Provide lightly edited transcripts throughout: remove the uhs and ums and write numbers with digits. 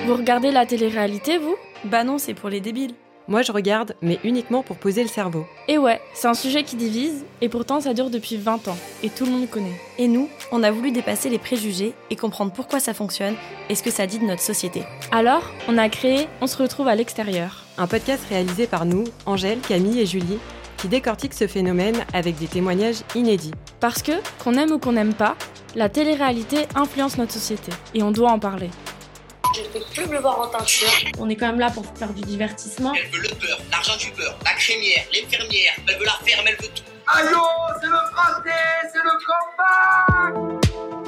Vous regardez la télé-réalité, vous ? Bah non, c'est pour les débiles. Moi je regarde, mais uniquement pour poser le cerveau. Et ouais, c'est un sujet qui divise, et pourtant ça dure depuis 20 ans, et tout le monde connaît. Et nous, on a voulu dépasser les préjugés et comprendre pourquoi ça fonctionne et ce que ça dit de notre société. Alors, on a créé On se retrouve à l'extérieur. Un podcast réalisé par nous, Angèle, Camille et Julie, qui décortique ce phénomène avec des témoignages inédits. Parce que, qu'on aime ou qu'on n'aime pas, la télé-réalité influence notre société, et on doit en parler. Je ne peux plus me voir en teinture. On est quand même là pour faire du divertissement. Elle veut le beurre, l'argent du beurre, la crémière, l'infirmière, elle veut la ferme, elle veut tout. Aïe, c'est le français, c'est le combat.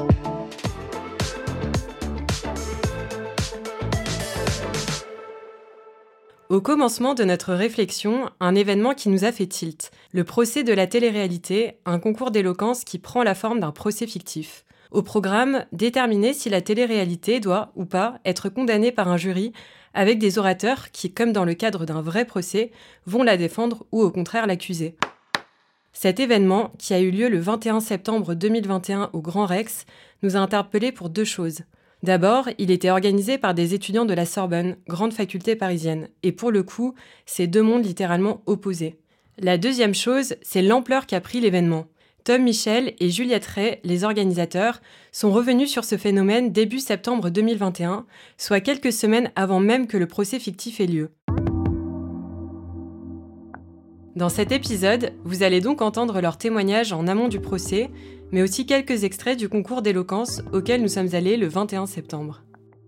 Au commencement de notre réflexion, un événement qui nous a fait tilt. Le procès de la télé-réalité, un concours d'éloquence qui prend la forme d'un procès fictif. Au programme, déterminer si la télé-réalité doit, ou pas, être condamnée par un jury avec des orateurs qui, comme dans le cadre d'un vrai procès, vont la défendre ou au contraire l'accuser. Cet événement, qui a eu lieu le 21 septembre 2021 au Grand Rex, nous a interpellés pour deux choses. D'abord, il était organisé par des étudiants de la Sorbonne, grande faculté parisienne, et pour le coup, c'est deux mondes littéralement opposés. La deuxième chose, c'est l'ampleur qu'a pris l'événement. Tom Michel et Juliette Ray, les organisateurs, sont revenus sur ce phénomène début septembre 2021, soit quelques semaines avant même que le procès fictif ait lieu. Dans cet épisode, vous allez donc entendre leurs témoignages en amont du procès, mais aussi quelques extraits du concours d'éloquence auquel nous sommes allés le 21 septembre.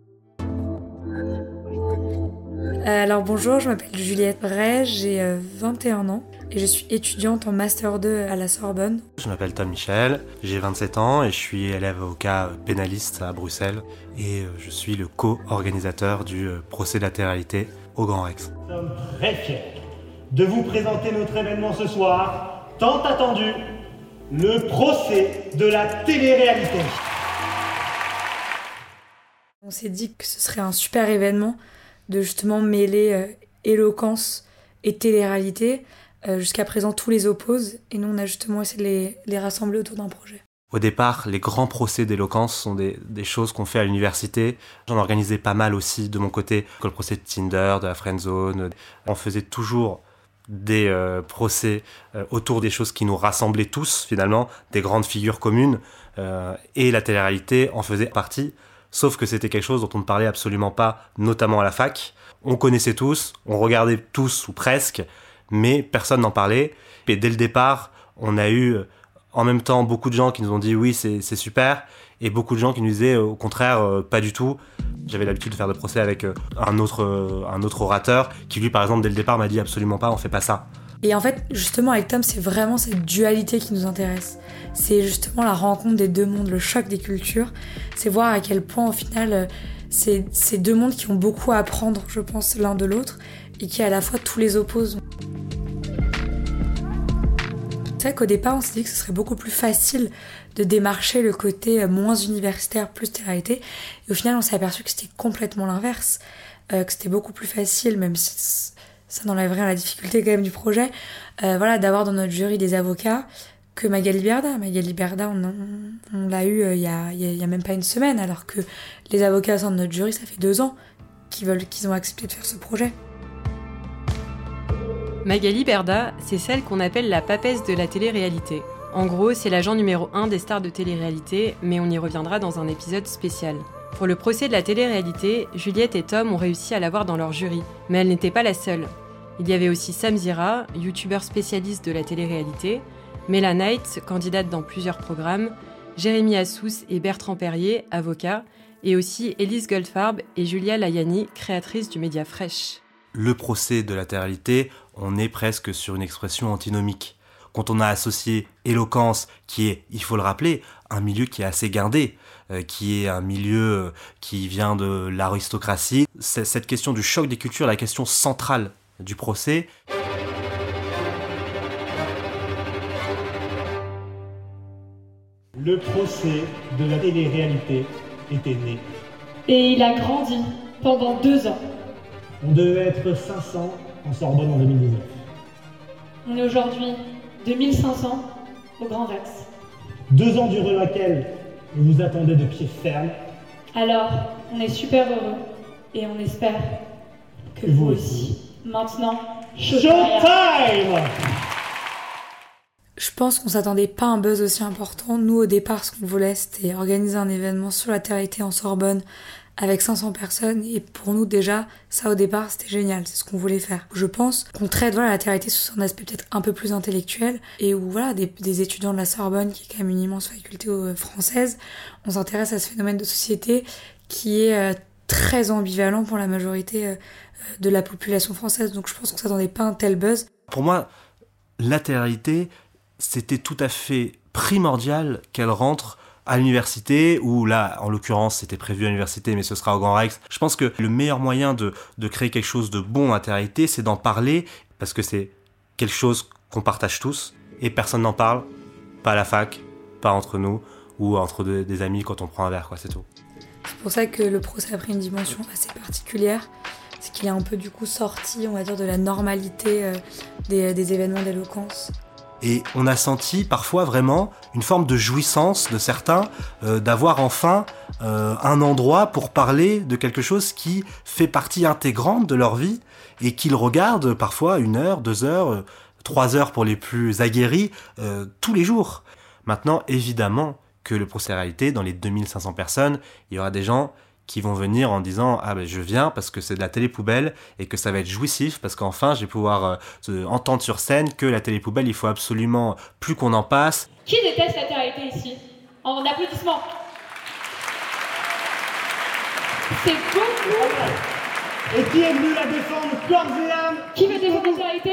Alors bonjour, je m'appelle Juliette Ray, j'ai 21 ans et je suis étudiante en Master 2 à la Sorbonne. Je m'appelle Tom Michel, j'ai 27 ans et je suis élève avocat pénaliste à Bruxelles et je suis le co-organisateur du procès de la télé-réalité au Grand Rex. Nous sommes très fiers de vous présenter notre événement ce soir, tant attendu, le procès de la télé-réalité. On s'est dit que ce serait un super événement de justement mêler éloquence et télé-réalité. Jusqu'à présent, tous les opposent et nous, on a justement essayé de les rassembler autour d'un projet. Au départ, les grands procès d'éloquence sont des choses qu'on fait à l'université. J'en organisais pas mal aussi de mon côté, comme le procès de Tinder, de la friendzone. On faisait toujours des procès autour des choses qui nous rassemblaient tous, finalement, des grandes figures communes. Et la télé-réalité en faisait partie, sauf que c'était quelque chose dont on ne parlait absolument pas, notamment à la fac. On connaissait tous, on regardait tous ou presque, mais personne n'en parlait. Et dès le départ, on a eu en même temps beaucoup de gens qui nous ont dit oui, c'est super, et beaucoup de gens qui nous disaient au contraire, pas du tout. J'avais l'habitude de faire des procès avec un autre orateur qui lui, par exemple, dès le départ m'a dit absolument pas, on fait pas ça. Et en fait, justement, avec Tom, c'est vraiment cette dualité qui nous intéresse. C'est justement la rencontre des deux mondes, le choc des cultures. C'est voir à quel point, au final, c'est ces deux mondes qui ont beaucoup à apprendre, je pense, l'un de l'autre, et qui à la fois tous les opposent. C'est vrai qu'au départ, on s'est dit que ce serait beaucoup plus facile de démarcher le côté moins universitaire, plus télé-réalité. Et au final, on s'est aperçu que c'était complètement l'inverse, que c'était beaucoup plus facile, même si ça n'enlève rien à la difficulté quand même du projet, d'avoir dans notre jury des avocats que Magali Berda. Magali Berda, on l'a eu il y a même pas une semaine, alors que les avocats au sein de notre jury, ça fait 2 ans qu'ils ont accepté de faire ce projet. Magali Berda, c'est celle qu'on appelle la papesse de la télé-réalité. En gros, c'est l'agent numéro 1 des stars de télé-réalité, mais on y reviendra dans un épisode spécial. Pour le procès de la télé-réalité, Juliette et Tom ont réussi à l'avoir dans leur jury, mais elle n'était pas la seule. Il y avait aussi Sam Zira, youtubeur spécialiste de la télé-réalité, Mela Knight, candidate dans plusieurs programmes, Jérémy Assous et Bertrand Perrier, avocats, et aussi Élise Goldfarb et Julia Layani, créatrice du média Fresh. Le procès de la télé-réalité, on est presque sur une expression antinomique. Quand on a associé éloquence, qui est, il faut le rappeler, un milieu qui est assez guindé, qui est un milieu qui vient de l'aristocratie, cette question du choc des cultures, la question centrale du procès. Le procès de la télé-réalité était né. Et il a grandi pendant 2 ans. On devait être 500 en Sorbonne en 2019. On est aujourd'hui 2500 au Grand Rex. 2 ans durant laquelle on vous attendait de pied ferme. Alors, on est super heureux Et on espère que vous aussi. Maintenant, showtime! Je pense qu'on s'attendait pas à un buzz aussi important. Nous, au départ, ce qu'on voulait, c'était organiser un événement sur la Terre en Sorbonne avec 500 personnes. Et pour nous, déjà, ça, au départ, c'était génial. C'est ce qu'on voulait faire. Je pense qu'on traite la Terre sous un aspect peut-être un peu plus intellectuel et où, des étudiants de la Sorbonne, qui est quand même une immense faculté française, on s'intéresse à ce phénomène de société qui est très ambivalent pour la majorité de la population française. Donc je pense qu'on s'attendait pas à un tel buzz. Pour moi, la télé-réalité, c'était tout à fait primordial qu'elle rentre à l'université, où là, en l'occurrence, c'était prévu à l'université, mais ce sera au Grand Rex. Je pense que le meilleur moyen de créer quelque chose de bon à la télé-réalité, c'est d'en parler, parce que c'est quelque chose qu'on partage tous, et personne n'en parle, pas à la fac, pas entre nous, ou entre des amis quand on prend un verre, quoi, c'est tout. C'est pour ça que le procès a pris une dimension assez particulière, c'est qu'il est un peu du coup sorti, on va dire, de la normalité des événements d'éloquence. Et on a senti parfois vraiment une forme de jouissance de certains d'avoir enfin un endroit pour parler de quelque chose qui fait partie intégrante de leur vie et qu'ils regardent parfois 1 heure, 2 heures, 3 heures pour les plus aguerris tous les jours. Maintenant, évidemment que le procès réalité, dans les 2500 personnes, il y aura des gens qui vont venir en disant « Ah ben je viens parce que c'est de la télé-poubelle et que ça va être jouissif parce qu'enfin je vais pouvoir entendre sur scène que la télé-poubelle, il faut absolument plus qu'on en passe. » Qui déteste la télé-réalité ici? En applaudissements. C'est beaucoup. Et qui est venu la défendre corps et âme? Qui veut défendre la télé-réalité?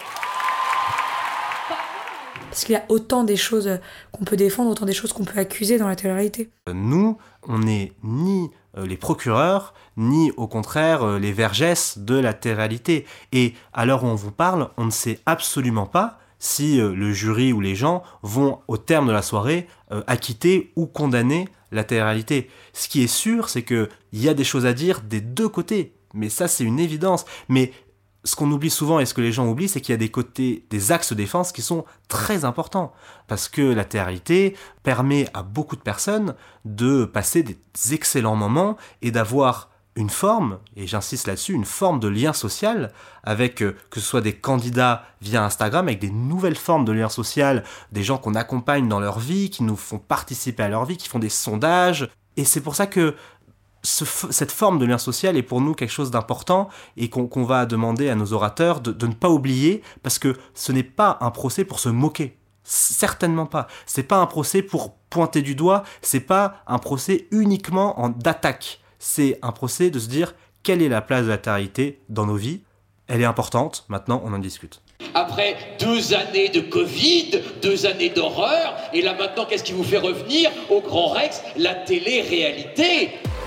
Parce qu'il y a autant des choses qu'on peut défendre, autant des choses qu'on peut accuser dans la télé-réalité. Nous, on n'est ni les procureurs, ni au contraire les vergesses de la télé-réalité. Et à l'heure où on vous parle, on ne sait absolument pas si le jury ou les gens vont, au terme de la soirée, acquitter ou condamner la télé-réalité. Ce qui est sûr, c'est qu'il y a des choses à dire des deux côtés. Mais ça, c'est une évidence. Mais ce qu'on oublie souvent et ce que les gens oublient, c'est qu'il y a des axes de défense qui sont très importants. Parce que la télé-réalité permet à beaucoup de personnes de passer des excellents moments et d'avoir une forme, et j'insiste là-dessus, une forme de lien social avec, que ce soit des candidats via Instagram, avec des nouvelles formes de lien social, des gens qu'on accompagne dans leur vie, qui nous font participer à leur vie, qui font des sondages. Et c'est pour ça que cette forme de lien social est pour nous quelque chose d'important et qu'on va demander à nos orateurs de ne pas oublier, parce que ce n'est pas un procès pour se moquer. Certainement pas. C'est pas un procès pour pointer du doigt, c'est pas un procès uniquement d'attaque. C'est un procès de se dire quelle est la place de la télé-réalité dans nos vies. Elle est importante, maintenant on en discute. Après 2 années de Covid, 2 années d'horreur, et là maintenant qu'est-ce qui vous fait revenir au Grand Rex? La télé-réalité.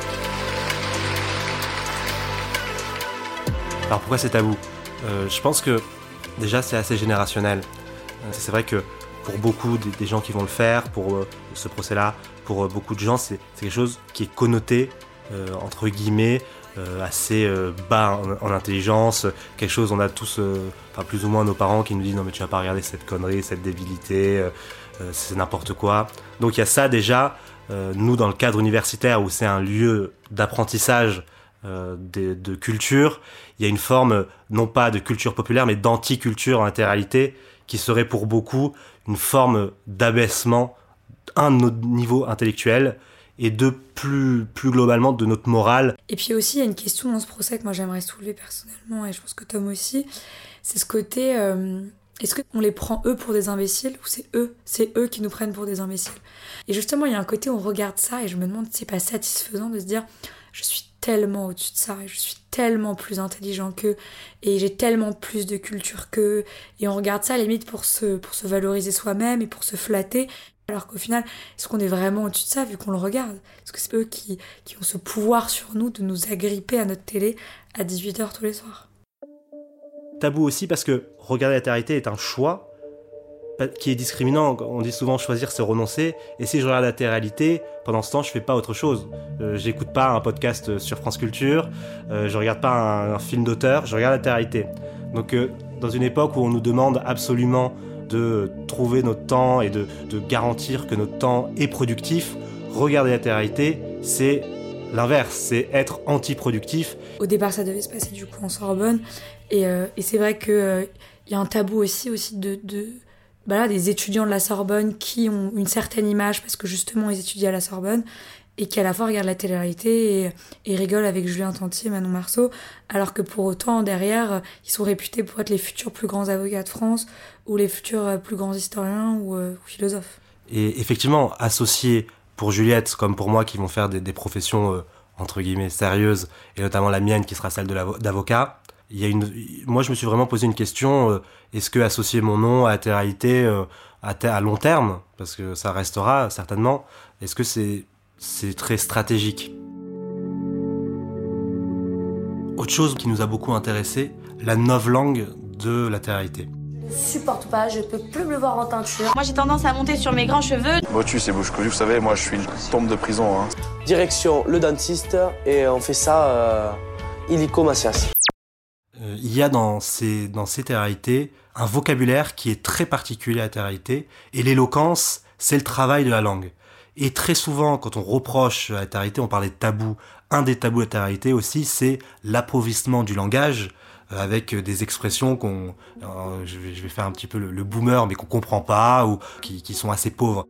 Alors pourquoi c'est tabou ? Je pense que déjà c'est assez générationnel. C'est vrai que pour beaucoup des gens qui vont le faire, pour ce procès-là, pour beaucoup de gens, c'est quelque chose qui est connoté, entre guillemets, assez bas en intelligence, quelque chose, on a tous, plus ou moins nos parents qui nous disent « Non mais tu vas pas regarder cette connerie, cette débilité, c'est n'importe quoi ». Donc il y a ça déjà, nous dans le cadre universitaire où c'est un lieu d'apprentissage, de culture, il y a une forme non pas de culture populaire mais d'anti-culture en télé-réalité qui serait pour beaucoup une forme d'abaissement de notre niveau intellectuel et de plus globalement de notre morale. Et puis aussi il y a une question dans ce procès que moi j'aimerais soulever personnellement, et je pense que Tom aussi, c'est ce côté est-ce qu'on les prend eux pour des imbéciles ou c'est eux qui nous prennent pour des imbéciles? Et justement il y a un côté où on regarde ça et je me demande si c'est pas satisfaisant de se dire je suis tellement au-dessus de ça et je suis tellement plus intelligent qu'eux et j'ai tellement plus de culture qu'eux, et on regarde ça à la limite pour se valoriser soi-même et pour se flatter, alors qu'au final est-ce qu'on est vraiment au-dessus de ça vu qu'on le regarde? Est-ce que c'est eux qui ont ce pouvoir sur nous de nous agripper à notre télé à 18h tous les soirs? Tabou aussi parce que regarder la télé-réalité est un choix qui est discriminant. On dit souvent choisir c'est renoncer, et si je regarde la télé-réalité, pendant ce temps je fais pas autre chose. J'écoute pas un podcast sur France Culture, je regarde pas un film d'auteur, je regarde la télé-réalité. Donc dans une époque où on nous demande absolument de trouver notre temps et de garantir que notre temps est productif, regarder la télé-réalité, c'est l'inverse, c'est être anti-productif. Au départ, ça devait se passer du coup en Sorbonne. Et c'est vrai qu'il y a un tabou aussi des étudiants de la Sorbonne qui ont une certaine image parce que justement ils étudient à la Sorbonne et qui à la fois regardent la télé-réalité et rigolent avec Julien Tanti et Manon Marceau, alors que pour autant derrière ils sont réputés pour être les futurs plus grands avocats de France ou les futurs plus grands historiens ou philosophes. Et effectivement, associer pour Juliette comme pour moi qui vont faire des professions entre guillemets sérieuses, et notamment la mienne qui sera celle d'avocat, moi je me suis vraiment posé une question, est-ce que associer mon nom à la télé-réalité à long terme, parce que ça restera certainement, est-ce que c'est très stratégique? Autre chose qui nous a beaucoup intéressé, la novlangue de la télé-réalité. Je supporte pas, je peux plus me voir en teinture. Moi j'ai tendance à monter sur mes grands cheveux. Motus et bouche cousue, vous savez, moi je suis une tombe de prison. Hein. Direction le dentiste et on fait ça illico macias. Il y a dans ces télé-réalités un vocabulaire qui est très particulier à la télé-réalité, et l'éloquence, c'est le travail de la langue. Et très souvent, quand on reproche à la télé-réalité, on parlait de tabou. Un des tabous de la télé-réalité aussi, c'est l'appauvrissement du langage, avec des expressions je vais faire un petit peu le boomer, mais qu'on comprend pas, ou qui sont assez pauvres.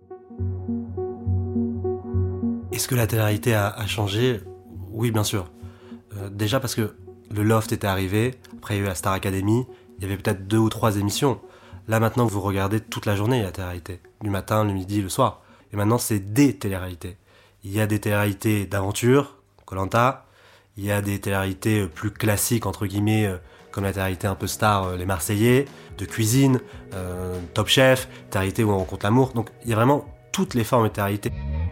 Est-ce que la télé-réalité a changé ? Oui, bien sûr. Déjà parce que le Loft était arrivé, après il y a eu la Star Academy, il y avait peut-être 2 ou 3 émissions. Là maintenant, vous regardez toute la journée la télé-réalité, du matin, le midi, le soir. Et maintenant, c'est des télé-réalités. Il y a des télé-réalités d'aventure, Koh-Lanta. Il y a des télé-réalités plus classiques, entre guillemets, comme la télé-réalité un peu star, Les Marseillais, de cuisine, Top Chef, télé-réalité où on rencontre l'amour. Donc, il y a vraiment toutes les formes de télé-réalité.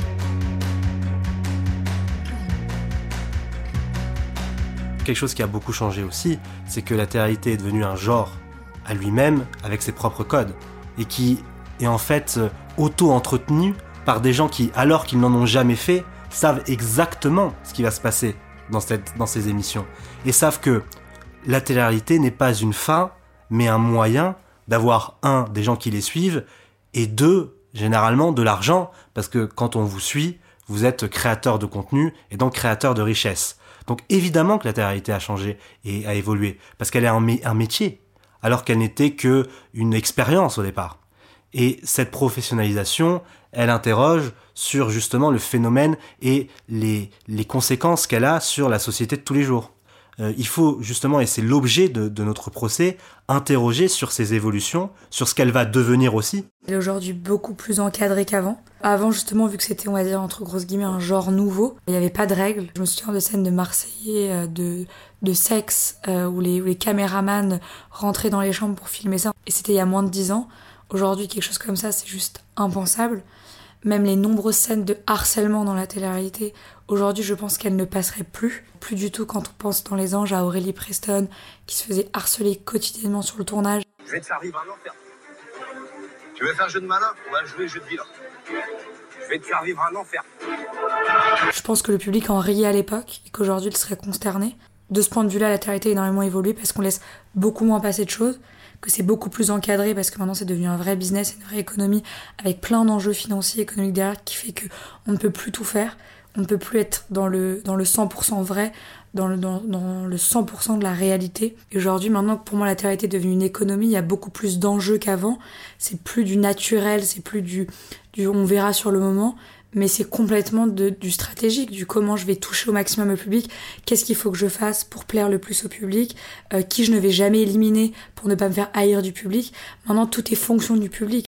Quelque chose qui a beaucoup changé aussi, c'est que la télé-réalité est devenue un genre à lui-même, avec ses propres codes, et qui est en fait auto-entretenu par des gens qui, alors qu'ils n'en ont jamais fait, savent exactement ce qui va se passer dans ces émissions, et savent que la télé-réalité n'est pas une fin, mais un moyen d'avoir, des gens qui les suivent, et 2, généralement, de l'argent, parce que quand on vous suit, vous êtes créateur de contenu, et donc créateur de richesse. Donc évidemment que la télé-réalité a changé et a évolué, parce qu'elle est un métier, alors qu'elle n'était qu'une expérience au départ. Et cette professionnalisation, elle interroge sur justement le phénomène et les conséquences qu'elle a sur la société de tous les jours. Il faut justement, et c'est l'objet de notre procès, interroger sur ces évolutions, sur ce qu'elle va devenir aussi. Elle est aujourd'hui beaucoup plus encadrée qu'avant. Avant, justement, vu que c'était, on va dire, entre grosses guillemets, un genre nouveau, il n'y avait pas de règles. Je me souviens de scènes de Marseillais, de sexe, où les caméramans rentraient dans les chambres pour filmer ça. Et c'était il y a moins de 10 ans. Aujourd'hui, quelque chose comme ça, c'est juste impensable. Même les nombreuses scènes de harcèlement dans la télé-réalité, aujourd'hui, je pense qu'elles ne passeraient plus. Plus du tout quand on pense dans Les Anges à Aurélie Preston, qui se faisait harceler quotidiennement sur le tournage. Je vais te faire vivre un enfer. Tu veux faire jeu de malin ? On va jouer jeu de vilain. Je vais te faire vivre un enfer. Je pense que le public en riait à l'époque et qu'aujourd'hui, il serait consterné. De ce point de vue-là, la télé-réalité a énormément évolué parce qu'on laisse beaucoup moins passer de choses, que c'est beaucoup plus encadré parce que maintenant c'est devenu un vrai business, une vraie économie avec plein d'enjeux financiers, économiques derrière qui fait qu'on ne peut plus tout faire, on ne peut plus être dans le 100% vrai, dans le 100% de la réalité. Et aujourd'hui, maintenant que pour moi la télé-réalité est devenue une économie, il y a beaucoup plus d'enjeux qu'avant, c'est plus du naturel, c'est plus du on verra sur le moment, mais c'est complètement du stratégique, du comment je vais toucher au maximum le public, qu'est-ce qu'il faut que je fasse pour plaire le plus au public, qui je ne vais jamais éliminer pour ne pas me faire haïr du public. Maintenant, tout est fonction du public.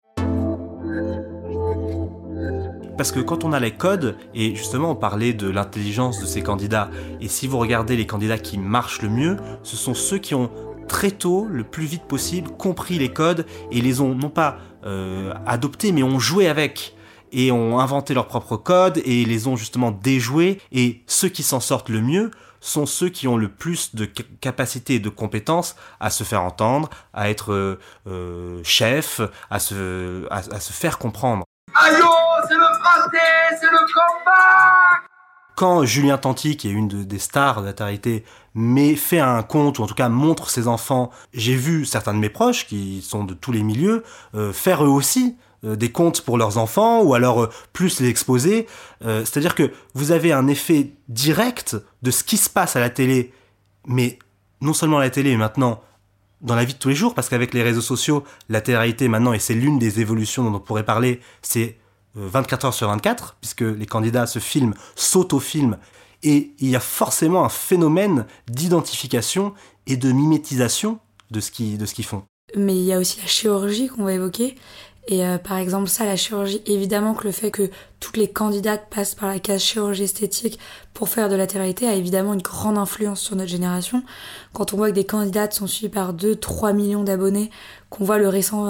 Parce que quand on a les codes, et justement on parlait de l'intelligence de ces candidats, et si vous regardez les candidats qui marchent le mieux, ce sont ceux qui ont très tôt, le plus vite possible, compris les codes, et les ont non pas adoptés, mais ont joué avec. Et ont inventé leurs propres codes et les ont justement déjoués. Et ceux qui s'en sortent le mieux sont ceux qui ont le plus de capacité et de compétences à se faire entendre, à être chef, à se faire comprendre. Aïe, c'est le fraté, c'est le combat. Quand Julien Tanti, qui est une des stars de la télé-réalité, fait un conte, ou en tout cas montre ses enfants, j'ai vu certains de mes proches, qui sont de tous les milieux, faire eux aussi des contes pour leurs enfants, ou alors plus les exposer. C'est-à-dire que vous avez un effet direct de ce qui se passe à la télé, mais non seulement à la télé, mais maintenant dans la vie de tous les jours, parce qu'avec les réseaux sociaux, la télé-réalité maintenant, et c'est l'une des évolutions dont on pourrait parler, c'est 24 heures sur 24, puisque les candidats se filment, s'auto-filment, et il y a forcément un phénomène d'identification et de mimétisation de ce qu'ils font. Mais il y a aussi la chirurgie qu'on va évoquer. Et par exemple, ça, la chirurgie, évidemment que le fait que toutes les candidates passent par la case chirurgie esthétique pour faire de la télé-réalité a évidemment une grande influence sur notre génération. Quand on voit que des candidates sont suivies par 2-3 millions d'abonnés, qu'on voit le récent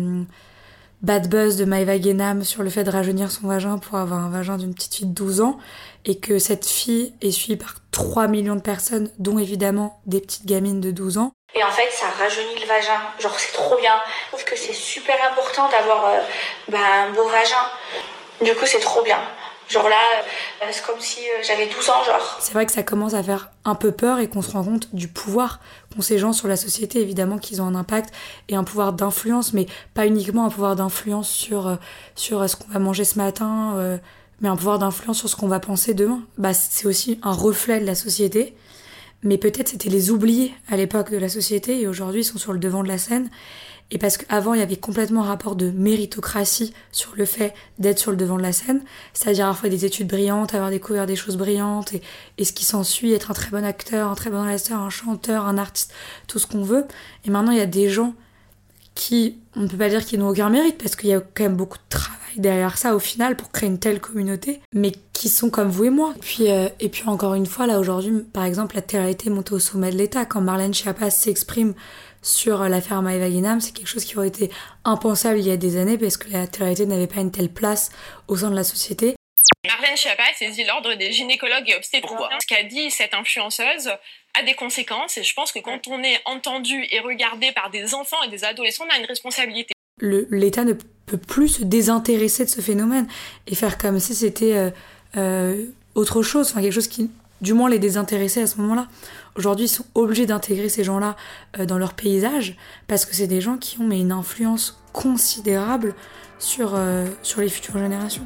bad buzz de Maëva Guénam sur le fait de rajeunir son vagin pour avoir un vagin d'une petite fille de 12 ans, et que cette fille est suivie par 3 millions de personnes, dont évidemment des petites gamines de 12 ans. Et en fait, ça rajeunit le vagin. Genre, c'est trop bien. Je trouve que c'est super important d'avoir un beau vagin. Du coup, c'est trop bien. Genre là, c'est comme si j'avais 12 ans, genre. C'est vrai que ça commence à faire un peu peur et qu'on se rend compte du pouvoir qu'ont ces gens sur la société. Évidemment qu'ils ont un impact et un pouvoir d'influence, mais pas uniquement un pouvoir d'influence sur ce qu'on va manger ce matin, mais un pouvoir d'influence sur ce qu'on va penser demain. C'est aussi un reflet de la société. Mais peut-être c'était les oubliés à l'époque de la société et aujourd'hui ils sont sur le devant de la scène. Et parce qu'avant il y avait complètement un rapport de méritocratie sur le fait d'être sur le devant de la scène, c'est-à-dire avoir fait des études brillantes, avoir découvert des choses brillantes et ce qui s'ensuit, être un très bon acteur, un très bon réalisateur, un chanteur, un artiste, tout ce qu'on veut. Et maintenant il y a des gens qui, on ne peut pas dire qu'ils n'ont aucun mérite parce qu'il y a quand même beaucoup de travail derrière ça au final pour créer une telle communauté, mais qui sont comme vous et moi. Et puis encore une fois, là aujourd'hui, par exemple, la télé-réalité est montée au sommet de l'État. Quand Marlène Schiappa s'exprime sur l'affaire Maëva Guénam, c'est quelque chose qui aurait été impensable il y a des années parce que la télé-réalité n'avait pas une telle place au sein de la société. Marlène Schiappa a saisi l'ordre des gynécologues et obstétriciens. Ce qu'a dit cette influenceuse a des conséquences et je pense que quand on est entendu et regardé par des enfants et des adolescents, on a une responsabilité. L'État ne peut plus se désintéresser de ce phénomène et faire comme si c'était autre chose, quelque chose qui du moins les désintéressait à ce moment-là. Aujourd'hui, ils sont obligés d'intégrer ces gens-là dans leur paysage parce que c'est des gens qui ont une influence considérable sur les futures générations.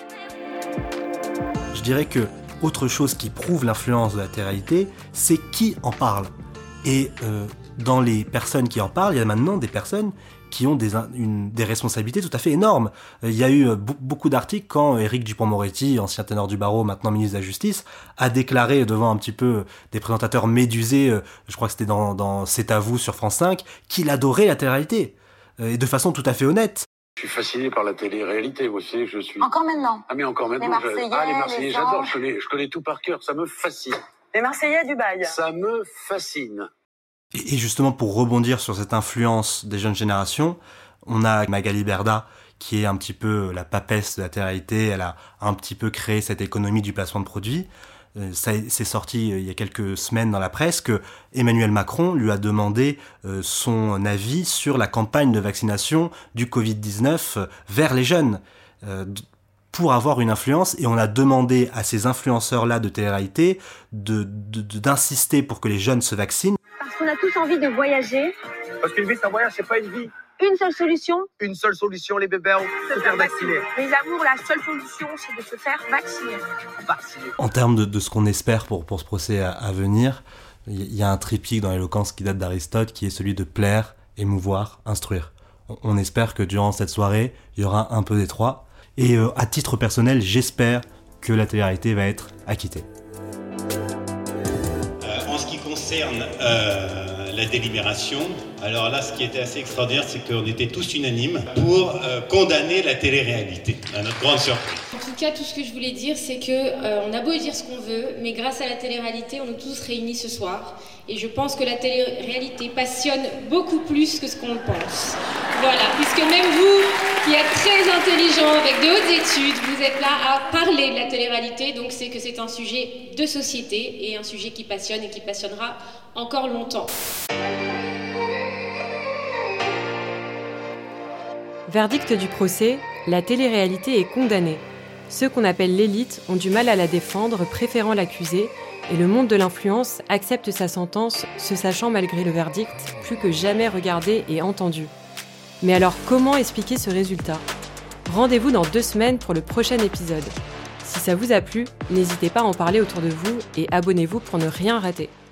Je dirais que autre chose qui prouve l'influence de la télé-réalité, c'est qui en parle. Et dans les personnes qui en parlent, il y a maintenant des personnes qui ont des responsabilités tout à fait énormes. Il y a eu beaucoup d'articles quand Éric Dupond-Moretti, ancien ténor du barreau, maintenant ministre de la Justice, a déclaré devant un petit peu des présentateurs médusés, je crois que c'était dans C'est à vous sur France 5, qu'il adorait la télé-réalité. Et de façon tout à fait honnête. Je suis fasciné par la télé-réalité, vous savez que je suis... Encore maintenant. Ah mais encore maintenant. Les Marseillais, j'adore, je connais tout par cœur, ça me fascine. Les Marseillais à Dubaï. Ça me fascine. Et justement, pour rebondir sur cette influence des jeunes générations, on a Magali Berda, qui est un petit peu la papesse de la télé-réalité. Elle a un petit peu créé cette économie du placement de produits. C'est sorti il y a quelques semaines dans la presse que Emmanuel Macron lui a demandé son avis sur la campagne de vaccination du Covid-19 vers les jeunes pour avoir une influence, et on a demandé à ces influenceurs-là de télé-réalité d'insister pour que les jeunes se vaccinent. Parce qu'on a tous envie de voyager. Parce qu'une vie c'est un voyage, c'est pas une vie. Une seule solution. Une seule solution, les bébés, se faire vacciner. Les amours, la seule solution, c'est de se faire vacciner. En termes de ce qu'on espère pour ce procès à venir, il y a un triptyque dans l'éloquence qui date d'Aristote, qui est celui de plaire, émouvoir, instruire. On espère que durant cette soirée, il y aura un peu des trois. Et à titre personnel, j'espère que la télé-réalité va être acquittée. En ce qui concerne la délibération, alors là, ce qui était assez extraordinaire, c'est qu'on était tous unanimes pour condamner la télé-réalité, à notre grande surprise. En tout cas, tout ce que je voulais dire, c'est que on a beau dire ce qu'on veut, mais grâce à la télé-réalité, on est tous réunis ce soir. Et je pense que la télé-réalité passionne beaucoup plus que ce qu'on pense. Voilà, puisque même vous, qui êtes très intelligent, avec de hautes études, vous êtes là à parler de la télé-réalité, donc c'est que c'est un sujet de société et un sujet qui passionne et qui passionnera encore longtemps. Verdict du procès, la télé-réalité est condamnée. Ceux qu'on appelle l'élite ont du mal à la défendre, préférant l'accuser, et le monde de l'influence accepte sa sentence, se sachant malgré le verdict plus que jamais regardé et entendu. Mais alors comment expliquer ce résultat ? Rendez-vous dans 2 semaines pour le prochain épisode. Si ça vous a plu, n'hésitez pas à en parler autour de vous et abonnez-vous pour ne rien rater.